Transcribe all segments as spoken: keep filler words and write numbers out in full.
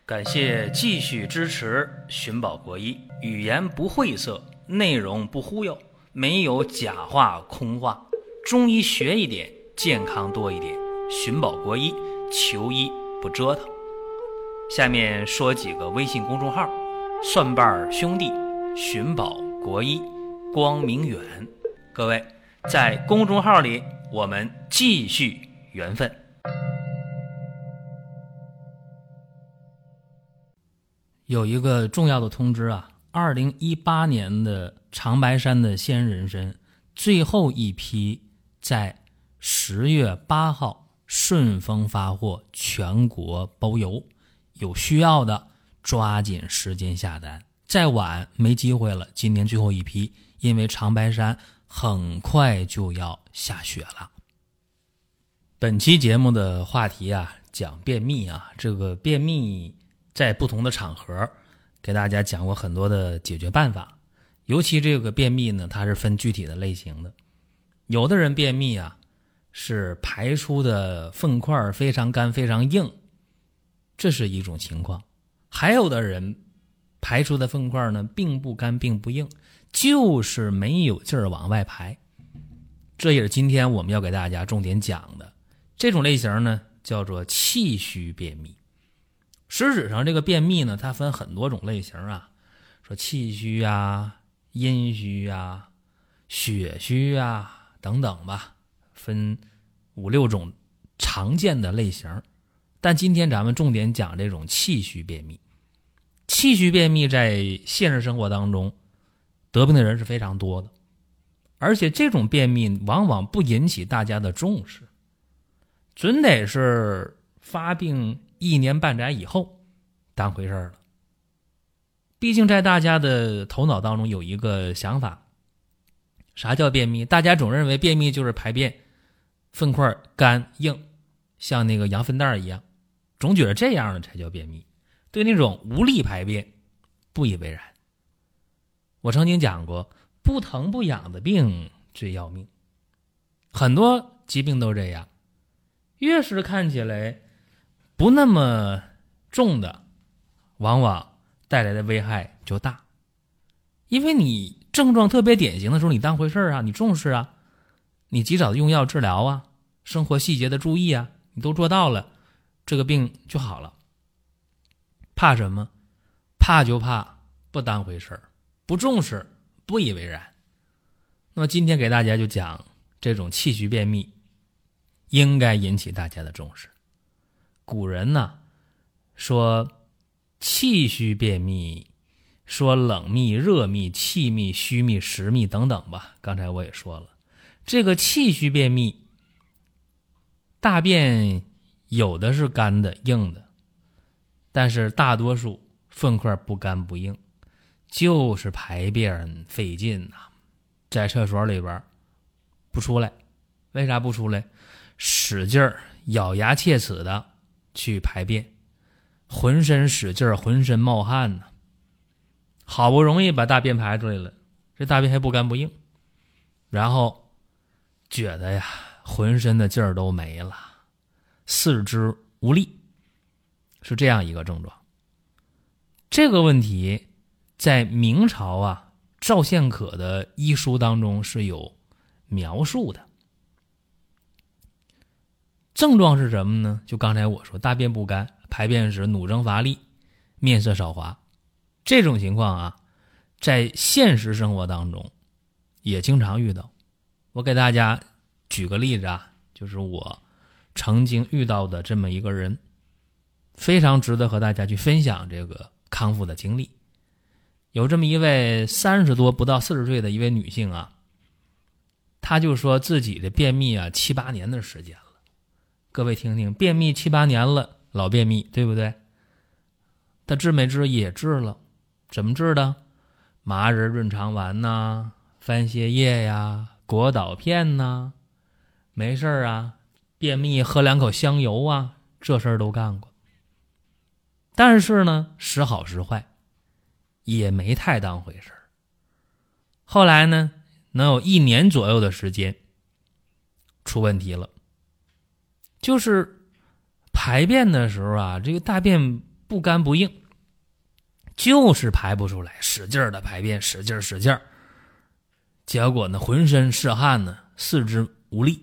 感谢继续支持寻宝国医，语言不晦涩，内容不忽悠，没有假话空话，中医学一点，健康多一点。寻宝国医，求医不折腾。下面说几个微信公众号：蒜瓣兄弟、寻宝国医、光明远。各位在公众号里，我们继续缘分。有一个重要的通知啊，二零一八年的长白山的鲜人参最后一批在十月八号顺丰发货，全国包邮，有需要的抓紧时间下单，再晚没机会了。今年最后一批，因为长白山很快就要下雪了。本期节目的话题啊，讲便秘啊，这个便秘在不同的场合给大家讲过很多的解决办法，尤其这个便秘呢，它是分具体的类型的。有的人便秘啊，是排出的粪块非常干非常硬，这是一种情况。还有的人排出的粪块呢，并不干并不硬，就是没有劲儿往外排。这也是今天我们要给大家重点讲的。这种类型呢，叫做气虚便秘。实质上这个便秘呢，它分很多种类型啊，说气虚啊、阴虚啊、血虚啊等等吧，分五六种常见的类型。但今天咱们重点讲这种气虚便秘。气虚便秘在现实生活当中得病的人是非常多的，而且这种便秘往往不引起大家的重视，准得是发病一年半载以后当回事了。毕竟在大家的头脑当中有一个想法，啥叫便秘？大家总认为便秘就是排便粪块干硬，像那个羊粪蛋一样，总觉得这样的才叫便秘，对那种无力排便不以为然。我曾经讲过，不疼不痒的病最要命，很多疾病都这样，越是看起来不那么重的，往往带来的危害就大。因为你症状特别典型的时候，你当回事啊，你重视啊，你及早的用药治疗啊，生活细节的注意啊，你都做到了，这个病就好了。怕什么？怕就怕不当回事，不重视，不以为然。那么今天给大家就讲这种气虚便秘应该引起大家的重视。古人呢说气虚便秘，说冷秘、热秘、气秘、虚秘、实秘等等吧，刚才我也说了，这个气虚便秘大便有的是干的硬的，但是大多数粪块不干不硬，就是排便费劲啊，在厕所里边不出来。为啥不出来？使劲儿咬牙切齿的去排便，浑身使劲儿，浑身冒汗呢、啊。好不容易把大便排出来了，这大便还不干不硬，然后觉得呀，浑身的劲儿都没了，四肢无力，是这样一个症状。这个问题在明朝啊赵献可的医书当中是有描述的。症状是什么呢？就刚才我说，大便不干，排便时努增乏力，面色少华。这种情况啊，在现实生活当中也经常遇到。我给大家举个例子啊，就是我曾经遇到的这么一个人，非常值得和大家去分享这个康复的经历。有这么一位三十多不到四十岁的一位女性啊，她就说自己的便秘啊七八年的时间了。各位听听，便秘七八年了，老便秘，对不对？她治没治？也治了。怎么治的？麻仁润肠丸呐、番泻叶呀、果导片呐，没事啊，便秘喝两口香油啊，这事儿都干过。但是呢，时好时坏，也没太当回事。后来呢，能有一年左右的时间出问题了，就是排便的时候啊，这个大便不干不硬，就是排不出来，使劲的排便，使劲使劲，结果呢浑身是汗呢，四肢无力。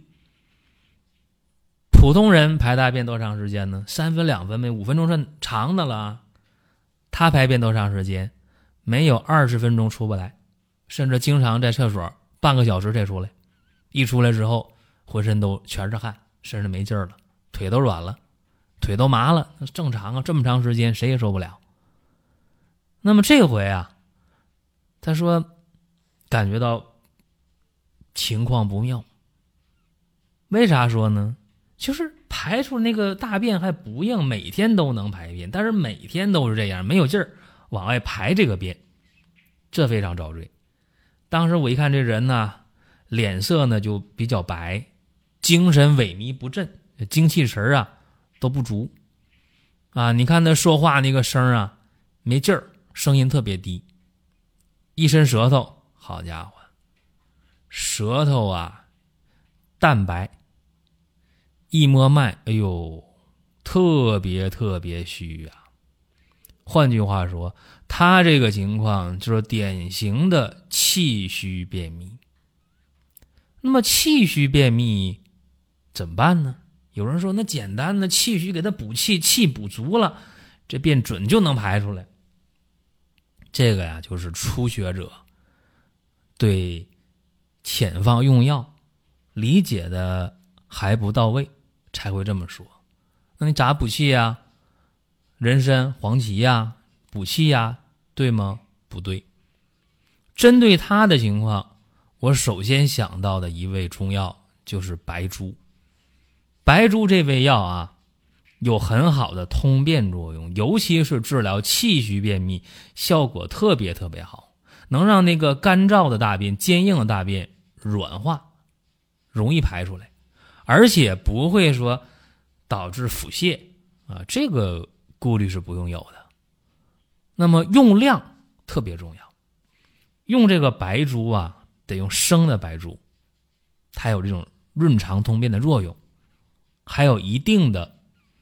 普通人排大便多长时间呢？三分两分没五分钟算长的了。他排便多长时间？没有二十分钟出不来，甚至经常在厕所半个小时才出来。一出来之后，浑身都全是汗，身上没劲儿了，腿都软了，腿都麻了，那正常啊，这么长时间谁也受不了。那么这回啊，他说感觉到情况不妙。为啥说呢？就是排出那个大便还不硬，每天都能排便，但是每天都是这样，没有劲儿往外排这个便，这非常遭罪。当时我一看这人呢，脸色呢就比较白，精神萎靡不振，精气神啊都不足啊。你看他说话那个声啊没劲儿，声音特别低，一伸舌头，好家伙，舌头啊淡白，一摸脉，哎呦，特别特别虚啊。换句话说，他这个情况就是典型的气虚便秘。那么气虚便秘怎么办呢？有人说那简单的，气虚给他补气，气补足了，这便准就能排出来。这个呀，就是初学者对遣方用药理解的还不到位，才会这么说。那你咋补气呀？人参、黄芪呀，补气呀，对吗？不对。针对他的情况，我首先想到的一味中药就是白术。白术这味药啊，有很好的通便作用，尤其是治疗气虚便秘，效果特别特别好，能让那个干燥的大便、坚硬的大便软化，容易排出来，而且不会说导致腹泻啊，这个顾虑是不用有的。那么用量特别重要，用这个白术啊，得用生的白术，它有这种润肠通便的作用，还有一定的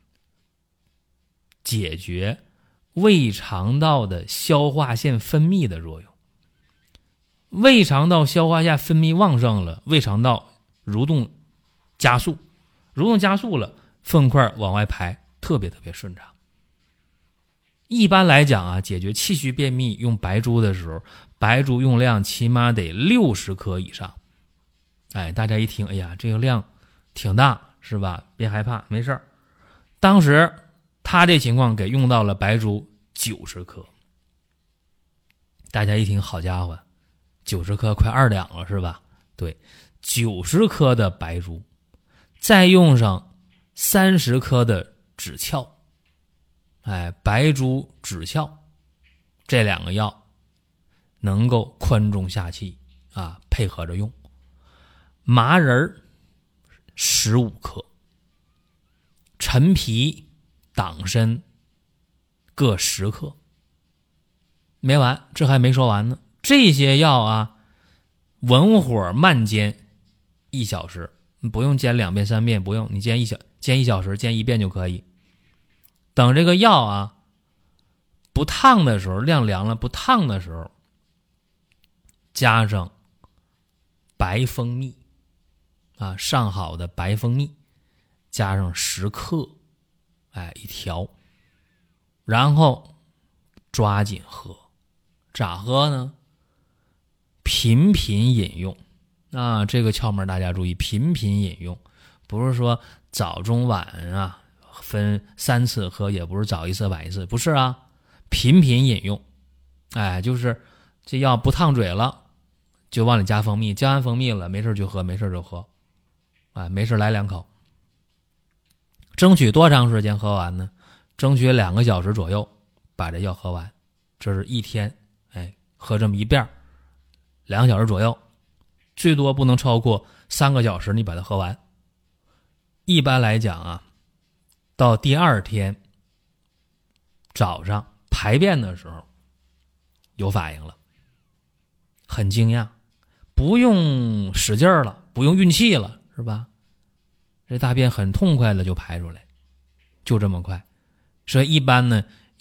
解决胃肠道的消化腺分泌的作用。胃肠道消化腺分泌旺盛了，胃肠道蠕动加速，蠕动加速了，粪块往外排，特别特别顺畅。一般来讲啊，解决气虚便秘用白术的时候，白术用量起码得六十克以上。哎，大家一听，哎呀，这个量挺大，是吧？别害怕，没事儿。当时他这情况给用到了白术九十克，大家一听，好家伙，九十克快二两了，是吧？对，九十克的白术，再用上三十克的枳壳，哎，白术、枳壳这两个药能够宽中下气啊，配合着用。麻仁十五克，陈皮、党参各十克。没完，这还没说完呢。这些药啊，文火慢煎一小时，不用煎两遍三遍，不用，你煎一小煎一小时，煎一遍就可以。等这个药啊不烫的时候，晾凉了不烫的时候，加上白蜂蜜啊，上好的白蜂蜜，加上十克，哎，一调，然后抓紧喝。咋喝呢？频频饮用啊，这个窍门大家注意，频频饮用，不是说早中晚啊分三次喝，也不是早一次晚一次，不是啊，频频饮用。哎，就是这药不烫嘴了，就往里加蜂蜜，加完蜂蜜了，没事就喝，没事就喝，哎，没事来两口。争取多长时间喝完呢？争取两个小时左右把这药喝完，这是一天，哎，喝这么一遍，两个小时左右，最多不能超过三个小时，你把它喝完。一般来讲啊，到第二天早上排便的时候有反应了，很惊讶，不用使劲了，不用运气了，是吧？这大便很痛快的就排出来，就这么快。所以一般呢，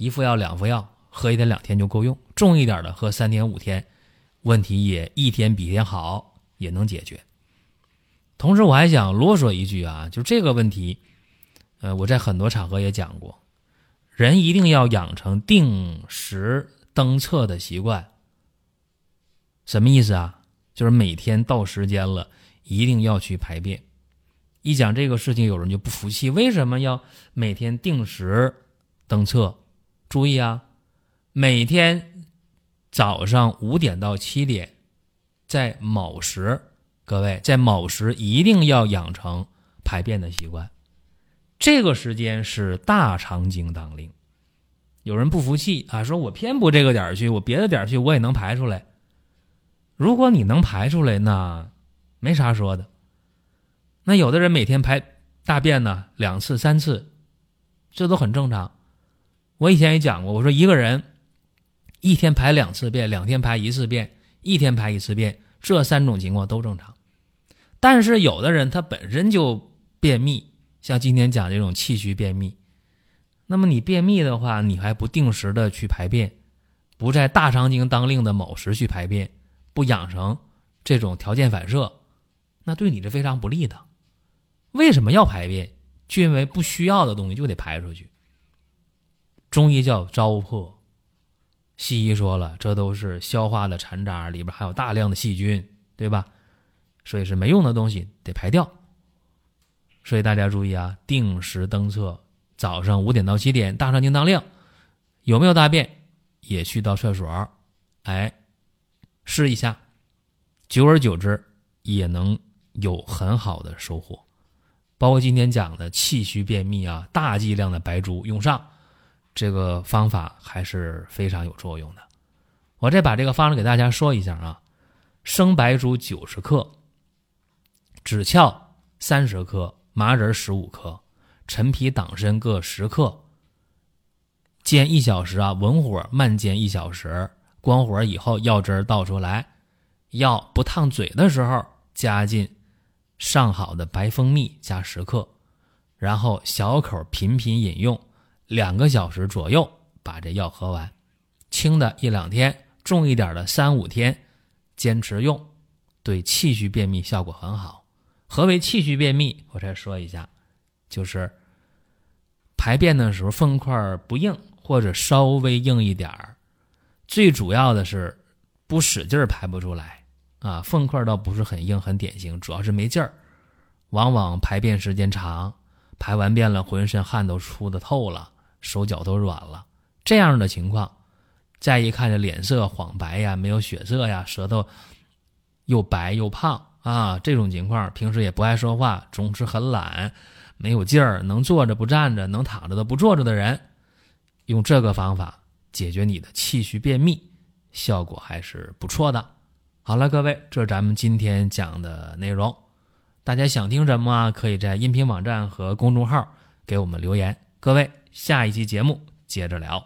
一副药两副药，喝一天两天就够用，重一点的喝三天五天，问题也一天比一天好，也能解决。同时我还想啰嗦一句啊，就这个问题呃，我在很多场合也讲过，人一定要养成定时登厕的习惯。什么意思啊？就是每天到时间了一定要去排便。一讲这个事情有人就不服气，为什么要每天定时登厕？注意啊，每天早上五点到七点在卯时，各位在卯时一定要养成排便的习惯。这个时间是大肠经当令。有人不服气啊，说我偏不这个点去，我别的点去我也能排出来。如果你能排出来，那没啥说的。那有的人每天排大便呢两次三次，这都很正常。我以前也讲过，我说一个人一天排两次便，两天排一次便，一天排一次便，这三种情况都正常。但是有的人他本身就便秘，像今天讲这种气虚便秘，那么你便秘的话，你还不定时的去排便，不在大肠经当令的某时去排便，不养成这种条件反射，那对你是非常不利的。为什么要排便？就因为不需要的东西就得排出去。中医叫糟粕，西医说了，这都是消化的残渣，里边还有大量的细菌，对吧？所以是没用的东西得排掉。所以大家注意啊，定时登厕，早上五点到七点，大肠经当令，有没有大便也去到厕所，哎，试一下，久而久之也能有很好的收获。包括今天讲的气虚便秘啊，大剂量的白术用上，这个方法还是非常有作用的。我再把这个方子给大家说一下啊，生白术九十克，枳壳三十克，麻仁十五克，陈皮党参各十克，煎一小时啊，文火慢煎一小时，关火以后药汁倒出来，药不烫嘴的时候加进上好的白蜂蜜加十克，然后小口频频饮用两个小时左右，把这药喝完。轻的一两天，重一点的三五天，坚持用，对气虚便秘效果很好。何为气虚便秘？我再说一下，就是排便的时候粪块不硬，或者稍微硬一点儿，最主要的是不使劲排不出来啊，粪块倒不是很硬很典型，主要是没劲儿，往往排便时间长，排完便了浑身汗都出的透了，手脚都软了，这样的情况，再一看这脸色黄白呀，没有血色呀，舌头又白又胖啊，这种情况平时也不爱说话，总是很懒，没有劲儿，能坐着不站着，能躺着的不坐着的人，用这个方法解决你的气虚便秘，效果还是不错的。好了，各位，这是咱们今天讲的内容。大家想听什么啊？可以在音频网站和公众号给我们留言。各位，下一期节目接着聊。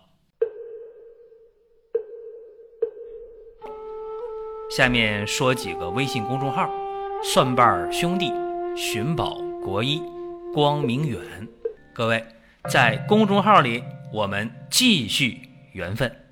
下面说几个微信公众号：蒜瓣兄弟、寻宝国医、光明远。各位，在公众号里我们继续缘分。